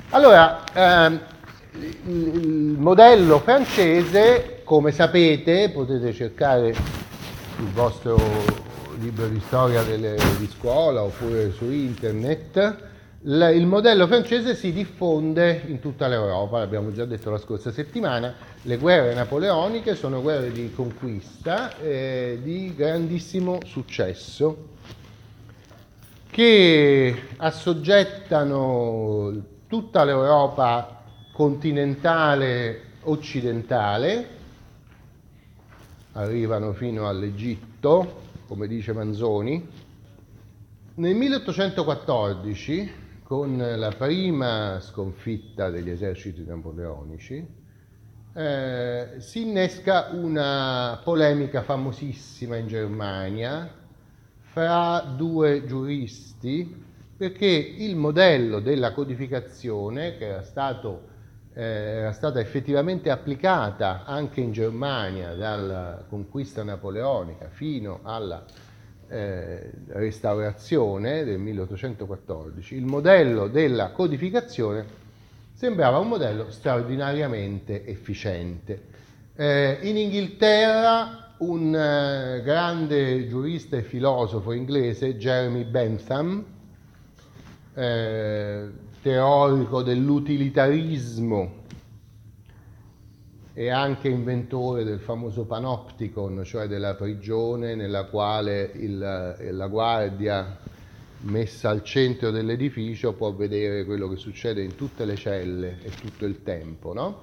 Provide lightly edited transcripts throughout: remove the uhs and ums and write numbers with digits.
Allora, il modello francese, come sapete, potete cercare il vostro libro di storia di scuola oppure su internet. Il modello francese si diffonde in tutta l'Europa, l'abbiamo già detto la scorsa settimana. Le guerre napoleoniche sono guerre di conquista di grandissimo successo che assoggettano tutta l'Europa continentale occidentale, arrivano fino all'Egitto, come dice Manzoni. Nel 1814, con la prima sconfitta degli eserciti napoleonici, si innesca una polemica famosissima in Germania fra due giuristi, perché il modello della codificazione, che era stata effettivamente applicata anche in Germania dalla conquista napoleonica fino alla restaurazione del 1814, il modello della codificazione sembrava un modello straordinariamente efficiente. In Inghilterra un grande giurista e filosofo inglese, Jeremy Bentham, teorico dell'utilitarismo e anche inventore del famoso panopticon, cioè della prigione nella quale la guardia messa al centro dell'edificio può vedere quello che succede in tutte le celle e tutto il tempo, no?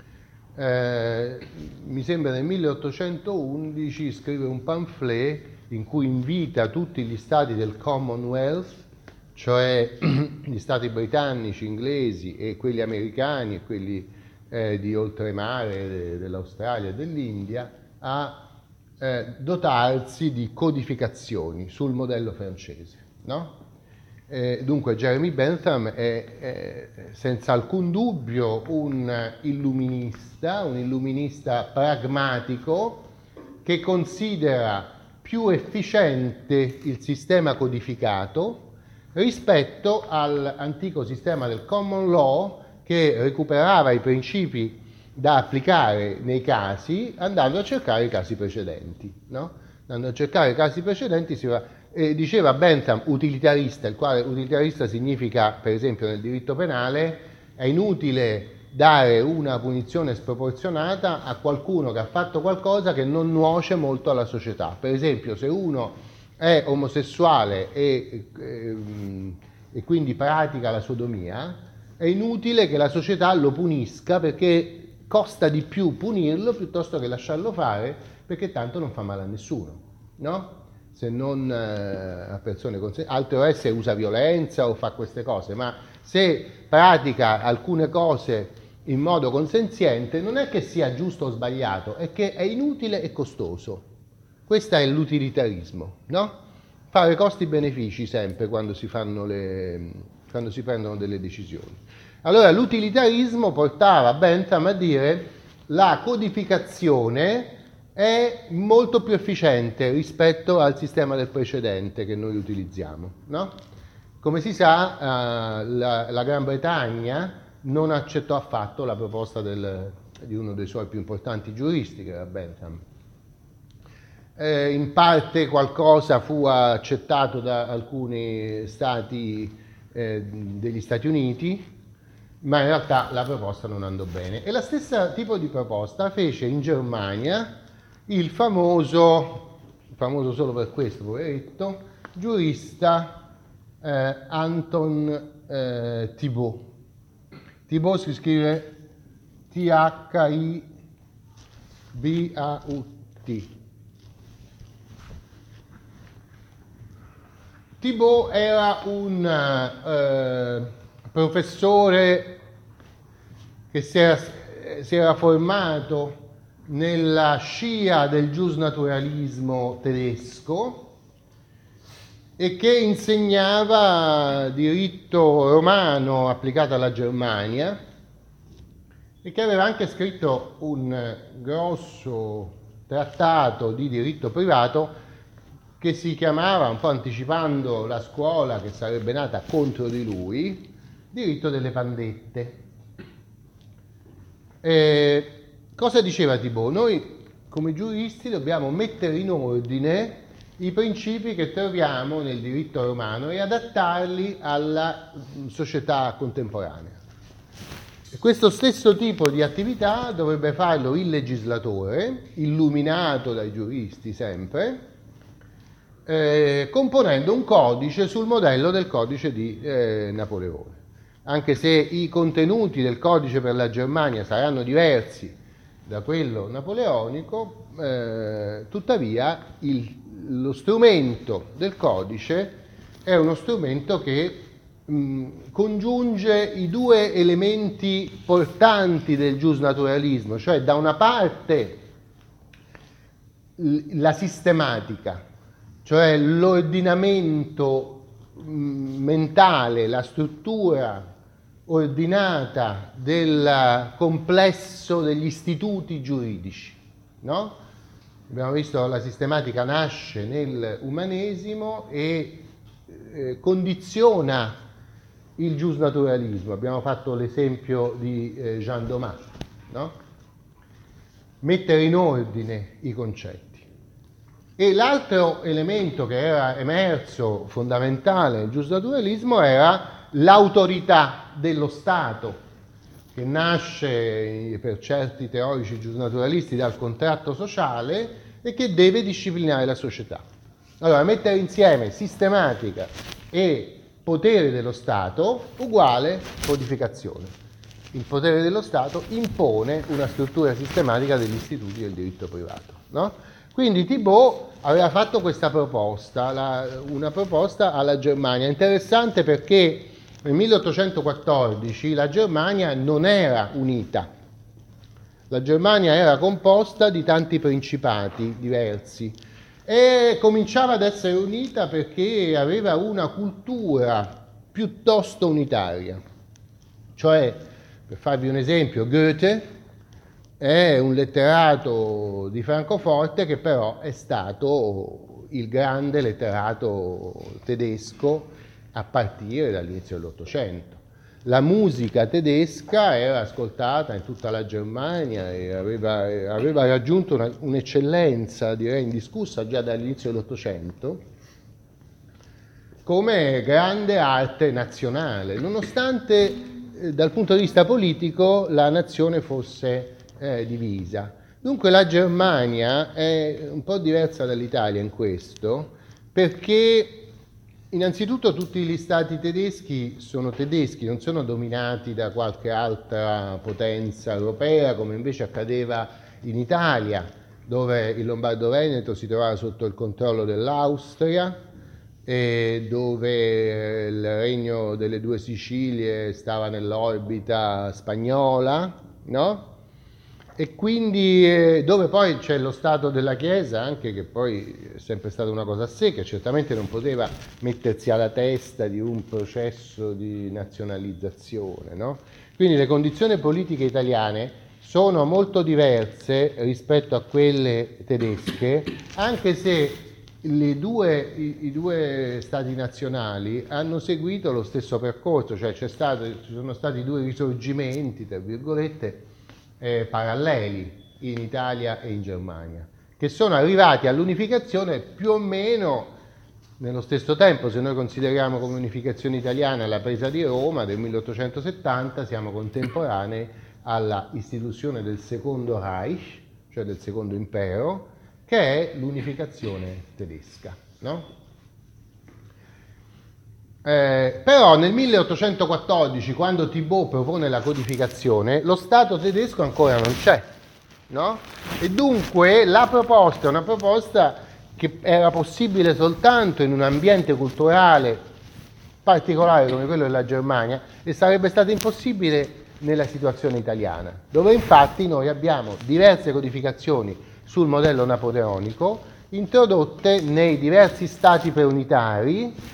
Mi sembra nel 1811 scrive un pamphlet in cui invita tutti gli stati del Commonwealth, cioè gli stati britannici, inglesi e quelli americani e quelli di oltremare, dell'Australia e dell'India, a dotarsi di codificazioni sul modello francese, no? Dunque Jeremy Bentham è senza alcun dubbio un illuminista pragmatico che considera più efficiente il sistema codificato rispetto all'antico sistema del common law, che recuperava i principi da applicare nei casi andando a cercare i casi precedenti, no? Andando a cercare i casi precedenti diceva Bentham utilitarista, il quale utilitarista significa, per esempio nel diritto penale, è inutile dare una punizione sproporzionata a qualcuno che ha fatto qualcosa che non nuoce molto alla società. Per esempio, se uno è omosessuale e quindi pratica la sodomia, è inutile che la società lo punisca, perché costa di più punirlo piuttosto che lasciarlo fare, perché tanto non fa male a nessuno, no? Se non a persone altro è se usa violenza o fa queste cose, ma se pratica alcune cose in modo consenziente non è che sia giusto o sbagliato, è che è inutile e costoso. Questo è l'utilitarismo, no? Fare costi-benefici sempre quando si prendono delle decisioni. Allora l'utilitarismo portava Bentham a dire la codificazione è molto più efficiente rispetto al sistema del precedente che noi utilizziamo, no? Come si sa, la Gran Bretagna non accettò affatto la proposta di uno dei suoi più importanti giuristi, che era Bentham. In parte qualcosa fu accettato da alcuni stati degli Stati Uniti, ma in realtà la proposta non andò bene. E la stessa tipo di proposta fece in Germania il famoso solo per questo, poveretto, giurista Anton Thibaut. Thibaut si scrive Thibaut. Thibaut era un professore che si era formato nella scia del giusnaturalismo tedesco e che insegnava diritto romano applicato alla Germania e che aveva anche scritto un grosso trattato di diritto privato che si chiamava, un po' anticipando la scuola che sarebbe nata contro di lui, diritto delle pandette. Cosa diceva Thibaut? Noi come giuristi dobbiamo mettere in ordine i principi che troviamo nel diritto romano e adattarli alla società contemporanea. E questo stesso tipo di attività dovrebbe farlo il legislatore, illuminato dai giuristi sempre, componendo un codice sul modello del codice di Napoleone. Anche se i contenuti del codice per la Germania saranno diversi da quello napoleonico, tuttavia lo strumento del codice è uno strumento che congiunge i due elementi portanti del giusnaturalismo, cioè da una parte la sistematica, cioè l'ordinamento mentale, la struttura ordinata del complesso degli istituti giuridici, no? Abbiamo visto la sistematica nasce nell'umanesimo e condiziona il giusnaturalismo. Abbiamo fatto l'esempio di Jean Domas, no? Mettere in ordine i concetti. E l'altro elemento che era emerso fondamentale nel giusnaturalismo era l'autorità dello Stato, che nasce per certi teorici giusnaturalisti dal contratto sociale e che deve disciplinare la società. Allora, mettere insieme sistematica e potere dello Stato uguale codificazione. Il potere dello Stato impone una struttura sistematica degli istituti del diritto privato, no? Quindi Thibaut aveva fatto questa proposta, una proposta alla Germania, interessante perché nel 1814 la Germania non era unita, la Germania era composta di tanti principati diversi e cominciava ad essere unita perché aveva una cultura piuttosto unitaria. Cioè, per farvi un esempio, Goethe è un letterato di Francoforte che però è stato il grande letterato tedesco a partire dall'inizio dell'Ottocento. La musica tedesca era ascoltata in tutta la Germania e aveva raggiunto un'eccellenza, direi, indiscussa già dall'inizio dell'Ottocento, come grande arte nazionale, nonostante dal punto di vista politico la nazione fosse divisa. Dunque la Germania è un po' diversa dall'Italia in questo, perché innanzitutto tutti gli stati tedeschi, non sono dominati da qualche altra potenza europea, come invece accadeva in Italia, dove il Lombardo-Veneto si trovava sotto il controllo dell'Austria, e dove il Regno delle Due Sicilie stava nell'orbita spagnola, no? E quindi dove poi c'è lo Stato della Chiesa, anche, che poi è sempre stata una cosa a sé, che certamente non poteva mettersi alla testa di un processo di nazionalizzazione, no? Quindi le condizioni politiche italiane sono molto diverse rispetto a quelle tedesche, anche se i due stati nazionali hanno seguito lo stesso percorso, cioè ci sono stati due risorgimenti, tra virgolette, paralleli in Italia e in Germania, che sono arrivati all'unificazione più o meno nello stesso tempo. Se noi consideriamo come unificazione italiana la presa di Roma del 1870, siamo contemporanei alla istituzione del Secondo Reich, cioè del Secondo Impero, che è l'unificazione tedesca, no? Però nel 1814, quando Thibaut propone la codificazione, lo Stato tedesco ancora non c'è, no? E dunque la proposta è una proposta che era possibile soltanto in un ambiente culturale particolare come quello della Germania e sarebbe stata impossibile nella situazione italiana, dove infatti noi abbiamo diverse codificazioni sul modello napoleonico introdotte nei diversi stati preunitari,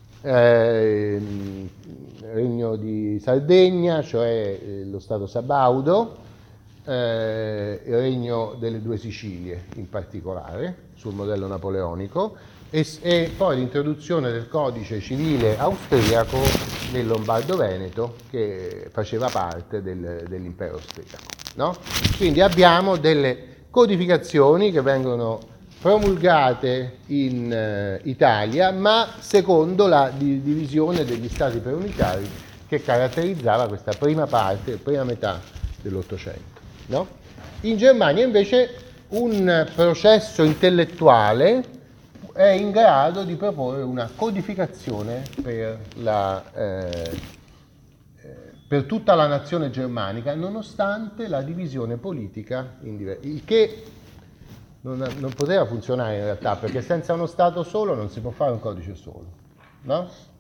Regno di Sardegna, cioè lo Stato sabaudo, il Regno delle Due Sicilie in particolare, sul modello napoleonico, e poi l'introduzione del codice civile austriaco del Lombardo-Veneto che faceva parte dell'impero austriaco. No? Quindi abbiamo delle codificazioni che vengono promulgate in Italia, ma secondo la divisione degli stati preunitari che caratterizzava questa prima parte, prima metà dell'Ottocento. No? In Germania invece un processo intellettuale è in grado di proporre una codificazione per tutta la nazione germanica, nonostante la divisione politica, il che non poteva funzionare in realtà, perché senza uno Stato solo non si può fare un codice solo, no?